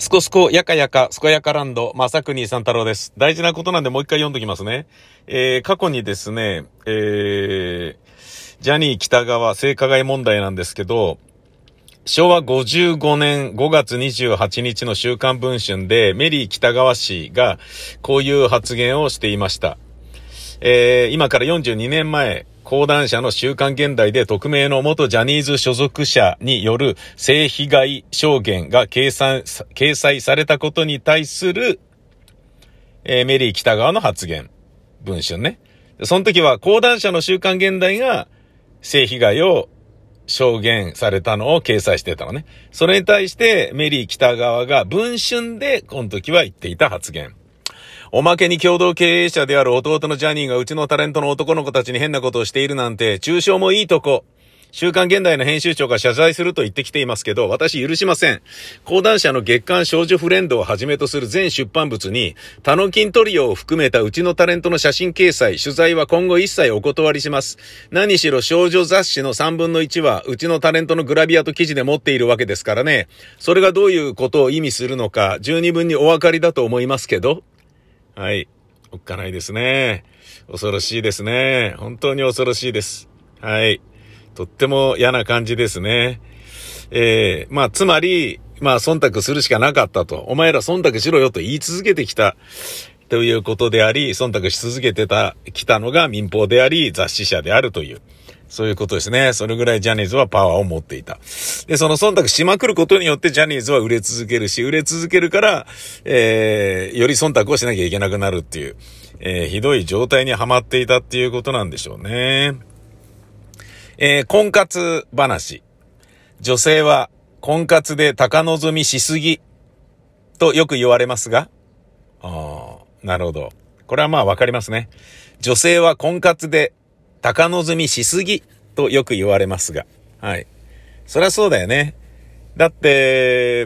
すこすこやかやかすこやかランド正国三太郎です。大事なことなんでもう一回読んどきますね。過去にですね、ジャニー喜多川性加害問題なんですけど、昭和55年5月28日の週刊文春でメリー喜多川氏がこういう発言をしていました。今から42年前、講談社の週刊現代で匿名の元ジャニーズ所属者による性被害証言が掲載されたことに対する、メリー喜多川の発言。文春ね。その時は講談社の週刊現代が性被害を証言されたのを掲載してたのね。それに対してメリー喜多川が文春でこの時は言っていた発言。おまけに共同経営者である弟のジャニーがうちのタレントの男の子たちに変なことをしているなんて、中傷もいいとこ。週刊現代の編集長が謝罪すると言ってきていますけど、私許しません。講談社の月刊少女フレンドをはじめとする全出版物に、タノキントリオを含めたうちのタレントの写真掲載、取材は今後一切お断りします。何しろ少女雑誌の3分の1は、うちのタレントのグラビアと記事で持っているわけですからね。それがどういうことを意味するのか、十二分にお分かりだと思いますけど。はい。おっかないですね。恐ろしいですね。本当に恐ろしいです。はい。とっても嫌な感じですね。つまり、忖度するしかなかったと。お前ら忖度しろよと言い続けてきた。ということであり、忖度し続けてきたのが民放であり、雑誌社であるという。そういうことですね。それぐらいジャニーズはパワーを持っていた。で、その忖度しまくることによってジャニーズは売れ続けるし、売れ続けるから、より忖度をしなきゃいけなくなるっていう、ひどい状態にはまっていたっていうことなんでしょうね。婚活話。女性は婚活で高望みしすぎとよく言われますが、なるほど。これはわかりますね。女性は婚活で高望みしすぎとよく言われますが。はい。そりゃそうだよね。だって、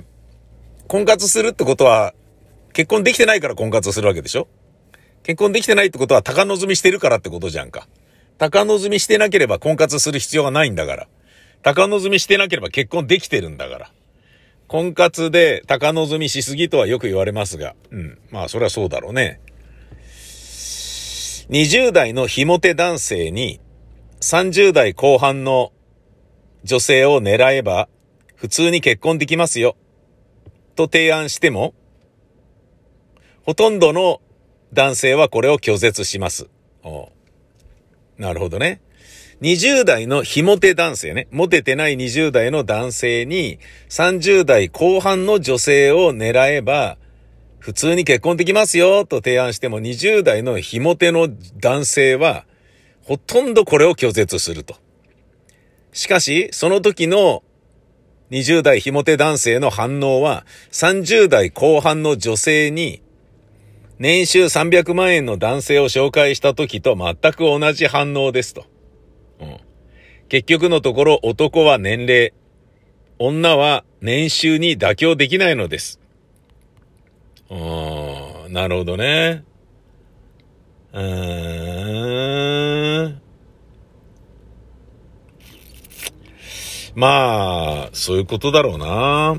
婚活するってことは、結婚できてないから婚活するわけでしょ？結婚できてないってことは高望みしてるからってことじゃんか。高望みしてなければ婚活する必要がないんだから。高望みしてなければ結婚できてるんだから。婚活で高望みしすぎとはよく言われますが。それはそうだろうね。20代のひも手男性に30代後半の女性を狙えば普通に結婚できますよと提案してもほとんどの男性はこれを拒絶します。なるほどね。20代のひも手男性ね。モテてない20代の男性に30代後半の女性を狙えば普通に結婚できますよと提案しても20代のひも手の男性はほとんどこれを拒絶すると。しかしその時の20代ひも手男性の反応は30代後半の女性に年収300万円の男性を紹介した時と全く同じ反応ですと。結局のところ男は年齢、女は年収に妥協できないのです。なるほどね。そういうことだろうな。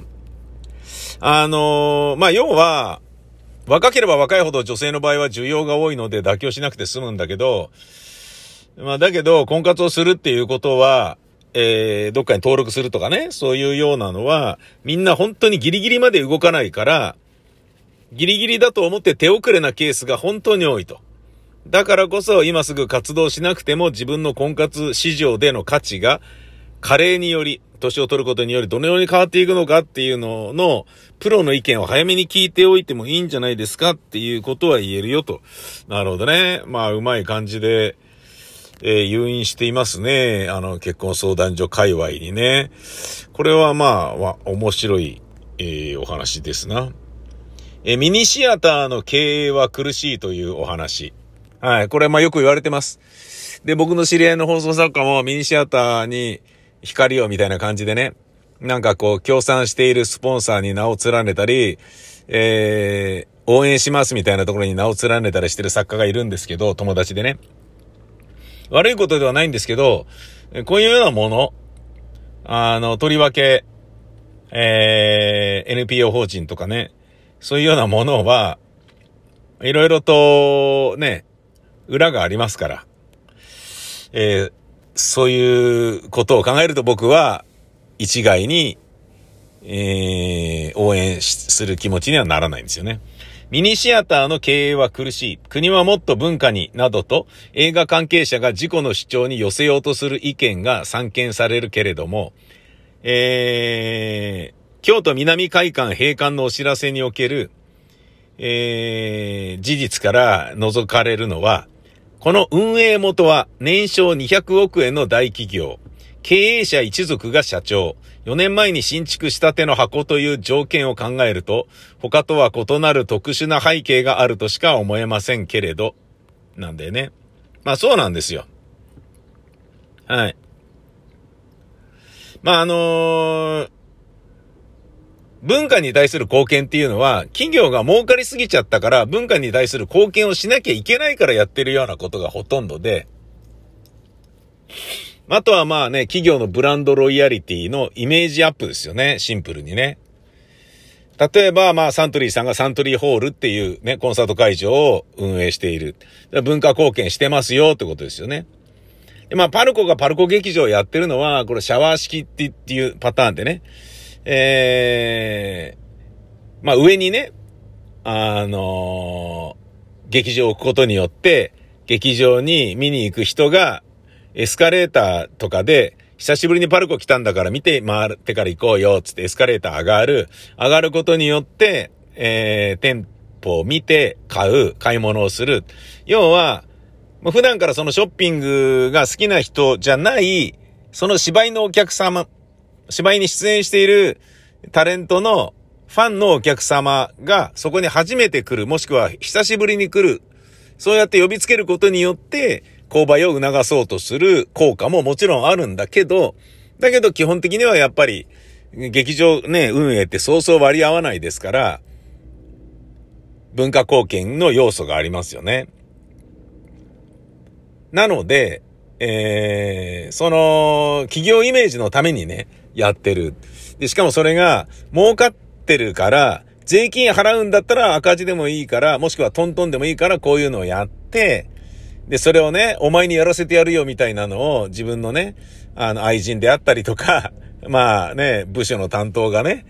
要は、若ければ若いほど女性の場合は需要が多いので妥協しなくて済むんだけど、だけど、婚活をするっていうことは、どっかに登録するとかね、そういうようなのは、みんな本当にギリギリまで動かないから、ギリギリだと思って手遅れなケースが本当に多いと。だからこそ今すぐ活動しなくても自分の婚活市場での価値が加齢により、年を取ることによりどのように変わっていくのかっていうののプロの意見を早めに聞いておいてもいいんじゃないですかっていうことは言えるよと。なるほどね。うまい感じで、誘引していますね。結婚相談所界隈にね。これは面白い、お話ですな。ミニシアターの経営は苦しいというお話。はい。これよく言われてます。で、僕の知り合いの放送作家もミニシアターに光をみたいな感じでね。協賛しているスポンサーに名を連ねたり、応援しますみたいなところに名を連ねたりしてる作家がいるんですけど、友達でね。悪いことではないんですけど、こういうようなもの、とりわけ、 NPO 法人とかね、そういうようなものは、いろいろとね、裏がありますから、そういうことを考えると僕は一概に、応援する気持ちにはならないんですよね。ミニシアターの経営は苦しい。国はもっと文化に、などと映画関係者が自己の主張に寄せようとする意見が散見されるけれども、京都南会館閉館のお知らせにおける、事実から除かれるのは、この運営元は年商200億円の大企業、経営者一族が社長、4年前に新築したての箱という条件を考えると、他とは異なる特殊な背景があるとしか思えませんけれど、なんでね。まあそうなんですよ。はい。まあ文化に対する貢献っていうのは、企業が儲かりすぎちゃったから、文化に対する貢献をしなきゃいけないからやってるようなことがほとんどで、あとはまあね、企業のブランドロイヤリティのイメージアップですよね、シンプルにね。例えばまあサントリーさんがサントリーホールっていうね、コンサート会場を運営している。文化貢献してますよってことですよね。でまあパルコがパルコ劇場をやってるのは、これシャワー式っていうパターンでね、まあ上にね、劇場を置くことによって、劇場に見に行く人がエスカレーターとかで、久しぶりにパルコ来たんだから見て回ってから行こうよ、つってエスカレーター上がることによって、店舗を見て買い物をする。要は、普段からそのショッピングが好きな人じゃない、その芝居のお客様、芝居に出演しているタレントのファンのお客様がそこに初めて来る、もしくは久しぶりに来る。そうやって呼びつけることによって、購買を促そうとする効果ももちろんあるんだけど基本的にはやっぱり劇場ね、運営ってそうそう割り合わないですから、文化貢献の要素がありますよね。なので、その企業イメージのためにね、やってる。で、しかもそれが儲かってるから、税金払うんだったら赤字でもいいから、もしくはトントンでもいいからこういうのをやって、で、それをね、お前にやらせてやるよみたいなのを自分のね、愛人であったりとか、まあね、部署の担当がね、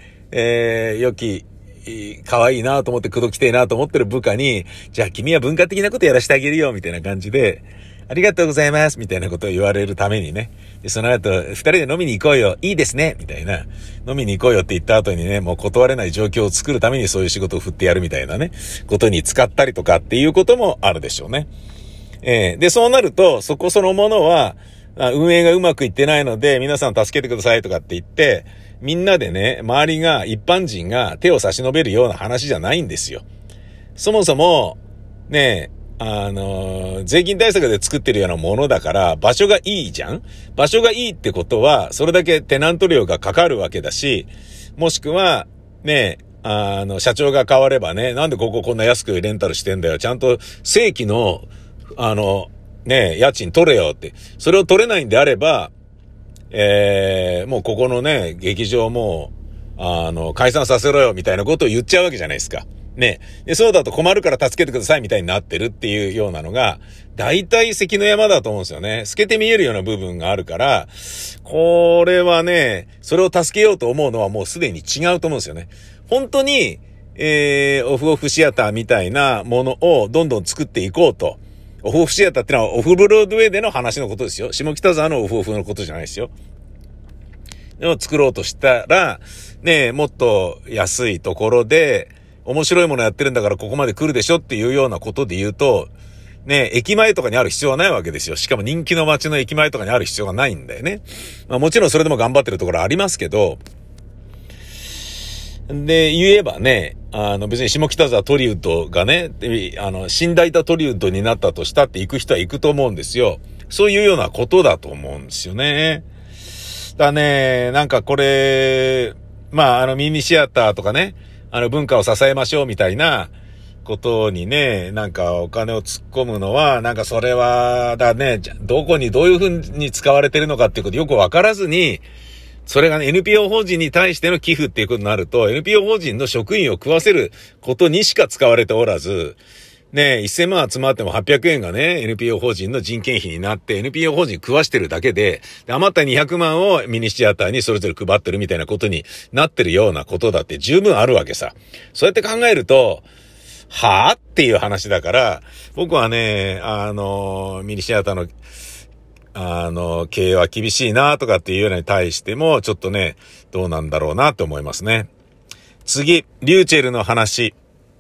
可愛いなと思って口説きてえなと思ってる部下に、じゃあ君は文化的なことやらせてあげるよみたいな感じで、ありがとうございますみたいなことを言われるためにね。で、その後、二人で飲みに行こうよ。いいですねみたいな。飲みに行こうよって言った後にね、もう断れない状況を作るためにそういう仕事を振ってやるみたいなね、ことに使ったりとかっていうこともあるでしょうね。で、そうなると、そこそのものは、運営がうまくいってないので、皆さん助けてくださいとかって言って、みんなでね、周りが、一般人が手を差し伸べるような話じゃないんですよ。そもそも、ね、税金対策で作ってるようなものだから、場所がいいじゃん？場所がいいってことは、それだけテナント料がかかるわけだし、もしくは、ね、社長が変わればね、なんでここんな安くレンタルしてんだよ。ちゃんと正規の、ね、家賃取れよって。それを取れないんであれば、もうここのね、劇場も、解散させろよみたいなことを言っちゃうわけじゃないですか。ね。で、そうだと困るから助けてくださいみたいになってるっていうようなのが、大体関の山だと思うんですよね。透けて見えるような部分があるから、これはね、それを助けようと思うのはもうすでに違うと思うんですよね。本当に、オフオフシアターみたいなものをどんどん作っていこうと。オフオフシアターってのはオフブロードウェイでの話のことですよ。下北沢のオフオフのことじゃないですよ。でも作ろうとしたら、ね、もっと安いところで、面白いものやってるんだからここまで来るでしょっていうようなことで言うと、ね、駅前とかにある必要はないわけですよ。しかも人気の街の駅前とかにある必要がないんだよね。まあもちろんそれでも頑張ってるところありますけど、で、言えばね、別に下北沢トリウッドがね、新大田トリウッドになったとしたって行く人は行くと思うんですよ。そういうようなことだと思うんですよね。だね、なんかこれ、まあミニシアターとかね、文化を支えましょうみたいなことにね、なんかお金を突っ込むのは、なんかそれは、だね、どこにどういう風に使われてるのかっていうことよくわからずに、 それがね、NPO 法人に対しての寄付っていうことになると、NPO 法人の職員を食わせることにしか使われておらず、ね、1000万集まっても800円がね、NPO 法人の人件費になって、NPO 法人食わしてるだけで、余った200万をミニシアターにそれぞれ配ってるみたいなことになってるようなことだって十分あるわけさ。そうやって考えると、はぁっていう話だから、僕はね、ミニシアターの、経営は厳しいなとかっていうのに対しても、ちょっとね、どうなんだろうなと思いますね。次、リューチェルの話。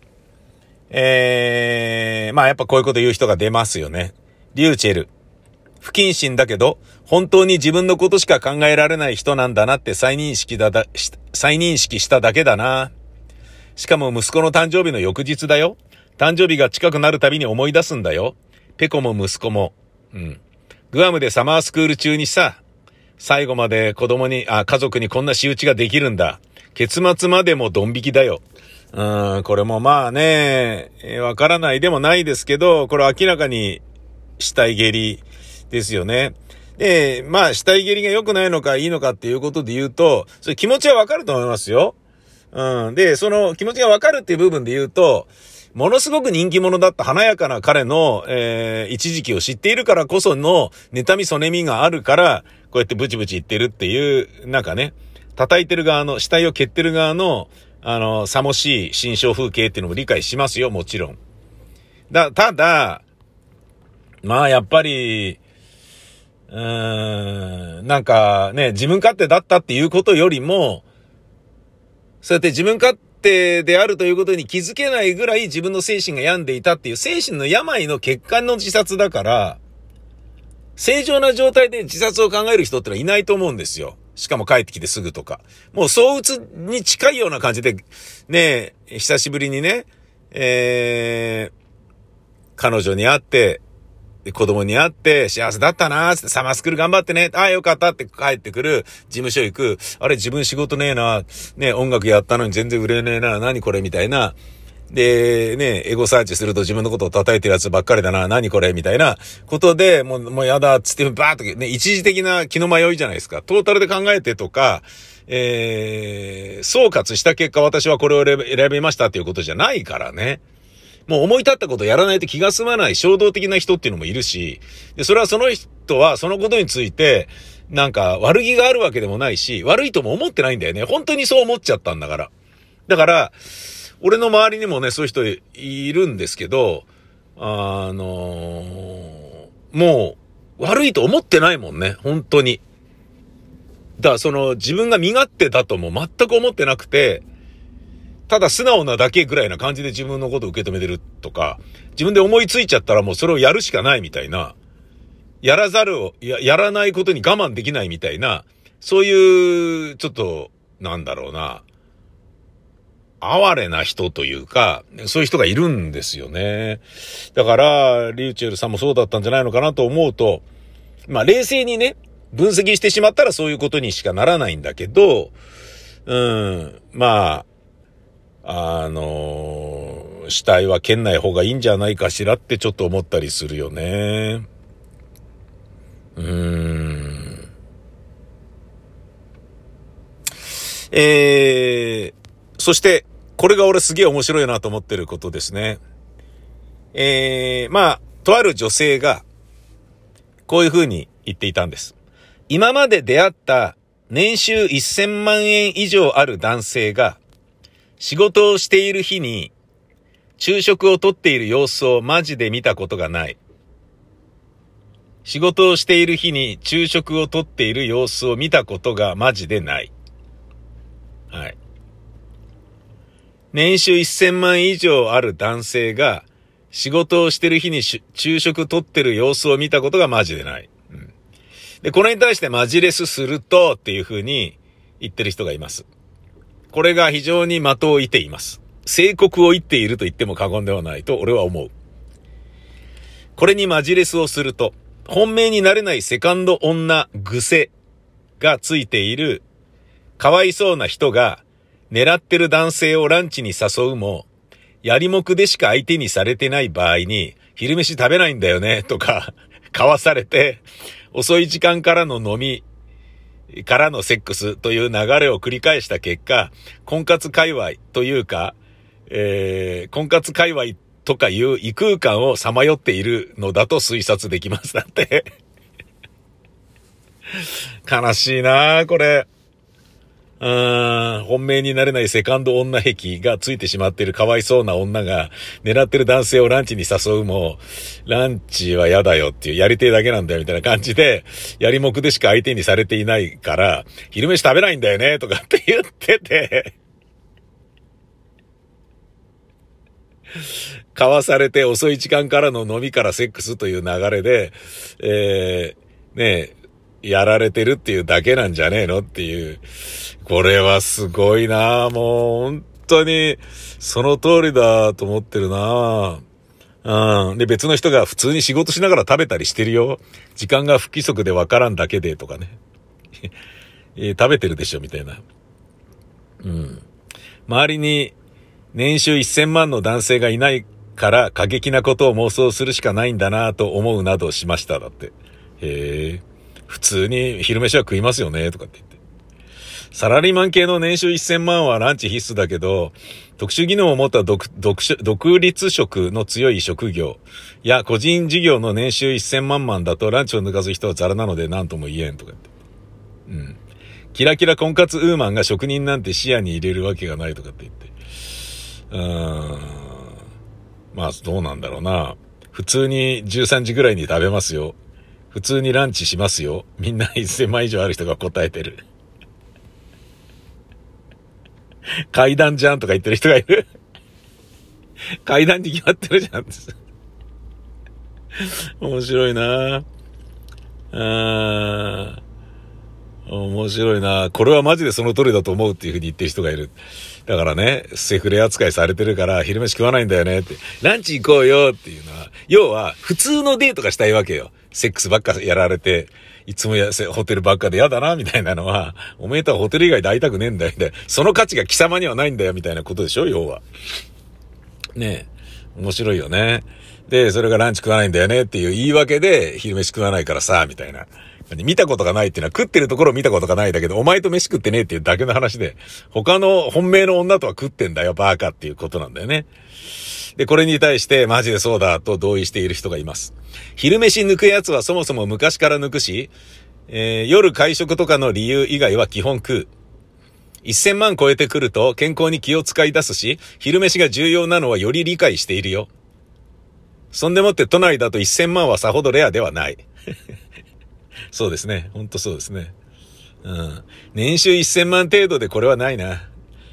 まあやっぱこういうこと言う人が出ますよね。リューチェル。不謹慎だけど、本当に自分のことしか考えられない人なんだなって再認識しただけだな。しかも息子の誕生日の翌日だよ。誕生日が近くなるたびに思い出すんだよ。ペコも息子も。グアムでサマースクール中にさ、最後まで家族にこんな仕打ちができるんだ。結末までもドン引きだよ。これもまあね、わからないでもないですけど、これ明らかに死体蹴りですよね。で、まあ死体蹴りが良くないのかいいのかっていうことで言うと、それ気持ちはわかると思いますよ。で、その気持ちがわかるっていう部分で言うと、ものすごく人気者だった華やかな彼の、一時期を知っているからこその妬みそねみがあるから、こうやってブチブチ言ってるっていう、なんかね、叩いてる側の、死体を蹴ってる側の、さもしい心象風景っていうのも理解しますよ、もちろん。ただ、まあやっぱり、なんかね、自分勝手だったっていうことよりも、そうやって自分勝手であるということに気づけないぐらい自分の精神が病んでいたっていう精神の病の結果の自殺だから、正常な状態で自殺を考える人ってのはいないと思うんですよ。しかも帰ってきてすぐとか。もう躁うつに近いような感じで、ね、久しぶりにね、彼女に会って、子供に会って幸せだったなーってサマースクール頑張ってね。ああよかったって帰ってくる。事務所行く。あれ自分仕事ねえな。ね、音楽やったのに全然売れねえな。何これみたいな。で、ね、エゴサーチすると自分のことを叩いてるやつばっかりだな。何これみたいなことで、もうやだっつってバーっとね、一時的な気の迷いじゃないですか。トータルで考えてとか、総括した結果私はこれを選びましたっていうことじゃないからね。もう思い立ったことをやらないと気が済まない衝動的な人っていうのもいるし、で、それはその人はそのことについて、なんか悪気があるわけでもないし、悪いとも思ってないんだよね。本当にそう思っちゃったんだから。だから、俺の周りにもね、そういう人いるんですけど、もう、悪いと思ってないもんね。本当に。だからその自分が身勝手だとも全く思ってなくて、ただ素直なだけぐらいな感じで自分のことを受け止めてるとか、自分で思いついちゃったらもうそれをやるしかないみたいな、やらないことに我慢できないみたいな、そういう、ちょっと、なんだろうな、哀れな人というか、そういう人がいるんですよね。だから、リューチェルさんもそうだったんじゃないのかなと思うと、まあ冷静にね、分析してしまったらそういうことにしかならないんだけど、まあ、死体は蹴んない方がいいんじゃないかしらってちょっと思ったりするよね。そして、これが俺すげえ面白いなと思ってることですね。まあ、とある女性が、こういう風に言っていたんです。今まで出会った年収1000万円以上ある男性が、仕事をしている日に昼食をとっている様子をマジで見たことがない。仕事をしている日に昼食をとっている様子を見たことがマジでない。はい。年収1000万以上ある男性が仕事をしている日に昼食とってる様子を見たことがマジでない。で、これに対してマジレスするとっていう風に言ってる人がいます。これが非常に的を射ています。正国を言っていると言っても過言ではないと俺は思う。これにマジレスをすると、本命になれないセカンド女癖がついているかわいそうな人が狙ってる男性をランチに誘うも、やりもくでしか相手にされてない場合に、昼飯食べないんだよねとか、かわされて、遅い時間からの飲み、 からのセックスという流れを繰り返した結果、婚活界隈というか、婚活界隈とかいう異空間をさまよっているのだと推察できます。だって。悲しいなこれ。本命になれないセカンド女癖がついてしまっているかわいそうな女が狙ってる男性をランチに誘うも、ランチは嫌だよっていう、やりてえだけなんだよみたいな感じで、やりもくでしか相手にされていないから、昼飯食べないんだよねとかって言ってて、交わされて遅い時間からの飲みからセックスという流れで、やられてるっていうだけなんじゃねえのっていう。これはすごいなもう本当にその通りだと思ってるなで、別の人が普通に仕事しながら食べたりしてるよ。時間が不規則でわからんだけでとかね。食べてるでしょみたいな。周りに年収1000万の男性がいないから過激なことを妄想するしかないんだなと思うなどしました。だって。普通に昼飯は食いますよねとかって言って。サラリーマン系の年収1000万はランチ必須だけど、特殊技能を持った独立職の強い職業や個人事業の年収1000万だとランチを抜かす人はザラなので何とも言えんとか言って。キラキラ婚活ウーマンが職人なんて視野に入れるわけがないとかって言って。まあどうなんだろうな。普通に13時ぐらいに食べますよ。普通にランチしますよ。みんな1000万以上ある人が答えてる。階段じゃんとか言ってる人がいる。階段に決まってるじゃん。面白いな面白いなこれはマジでその通りだと思うっていう風に言ってる人がいる。だからね、セフレ扱いされてるから昼飯食わないんだよねって。ランチ行こうよっていうのは、要は普通のデートがしたいわけよ。セックスばっかやられて、いつもホテルばっかでやだなみたいなのは、おめえとはホテル以外で会いたくねえんだよみたいな。その価値が貴様にはないんだよみたいなことでしょ、要は。ねえ。面白いよね。で、それがランチ食わないんだよねっていう言い訳で、昼飯食わないからさ、みたいな。見たことがないっていうのは食ってるところを見たことがないだけど、お前と飯食ってねえっていうだけの話で、他の本命の女とは食ってんだよ、バーカっていうことなんだよね。で、これに対してマジでそうだと同意している人がいます。昼飯抜くやつはそもそも昔から抜くし、夜会食とかの理由以外は基本食う。1000万超えてくると健康に気を使い出すし、昼飯が重要なのはより理解しているよ。そんでもって都内だと1000万はさほどレアではない。そうですね。ほんとそうですね。年収1000万程度でこれはないな。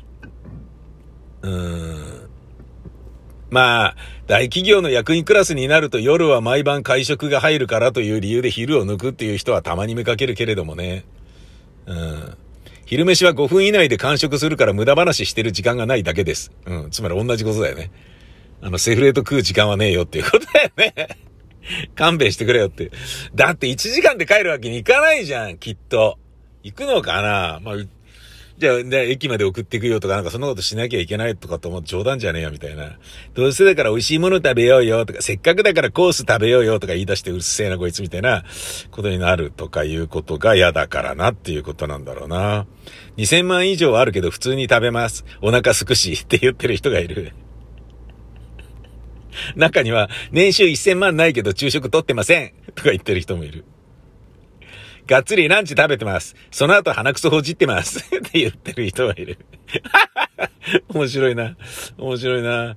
まあ、大企業の役員クラスになると夜は毎晩会食が入るからという理由で昼を抜くっていう人はたまに見かけるけれどもね。昼飯は5分以内で完食するから無駄話してる時間がないだけです。つまり同じことだよね。セフレと食う時間はねえよっていうことだよね。勘弁してくれよって。だって1時間で帰るわけにいかないじゃん、きっと。行くのかなまあ、じゃあ、駅まで送っていくよとかなんかそんなことしなきゃいけないとかと思う冗談じゃねえよみたいな。どうせだから美味しいもの食べようよとか、せっかくだからコース食べようよとか言い出してうるせえなこいつみたいなことになるとかいうことが嫌だからなっていうことなんだろうな。2000万以上あるけど普通に食べます。お腹すくしって言ってる人がいる。中には年収1000万ないけど昼食取ってませんとか言ってる人もいる。がっつりランチ食べてます。その後鼻くそほじってますって言ってる人がいる。面白いな。面白いな。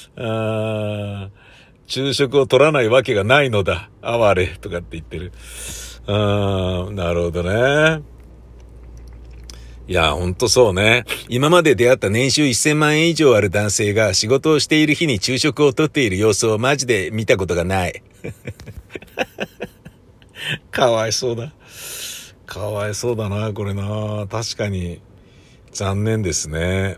昼食を取らないわけがないのだ。哀れとかって言ってる。なるほどね。いや、ほんとそうね。今まで出会った年収1000万円以上ある男性が仕事をしている日に昼食をとっている様子をマジで見たことがない。かわいそうだ。かわいそうだな、これな。確かに、残念ですね。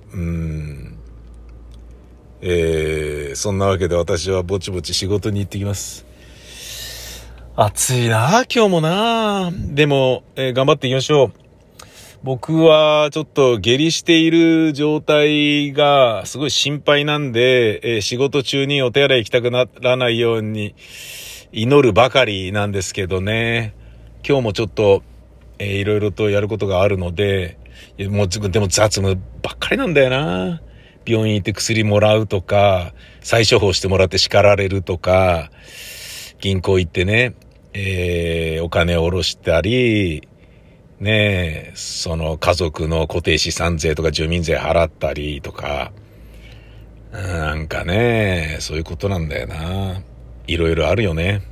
そんなわけで私はぼちぼち仕事に行ってきます。暑いな、今日もな。でも、頑張っていきましょう。僕はちょっと下痢している状態がすごい心配なんで、仕事中にお手洗い行きたくならないように祈るばかりなんですけどね。今日もちょっと、 いろいろとやることがあるので、でも雑務ばっかりなんだよな。病院行って薬もらうとか、再処方してもらって叱られるとか、銀行行ってね、お金を下ろしたり、ねえ、その家族の固定資産税とか住民税払ったりとか、なんかね、そういうことなんだよな。いろいろあるよね。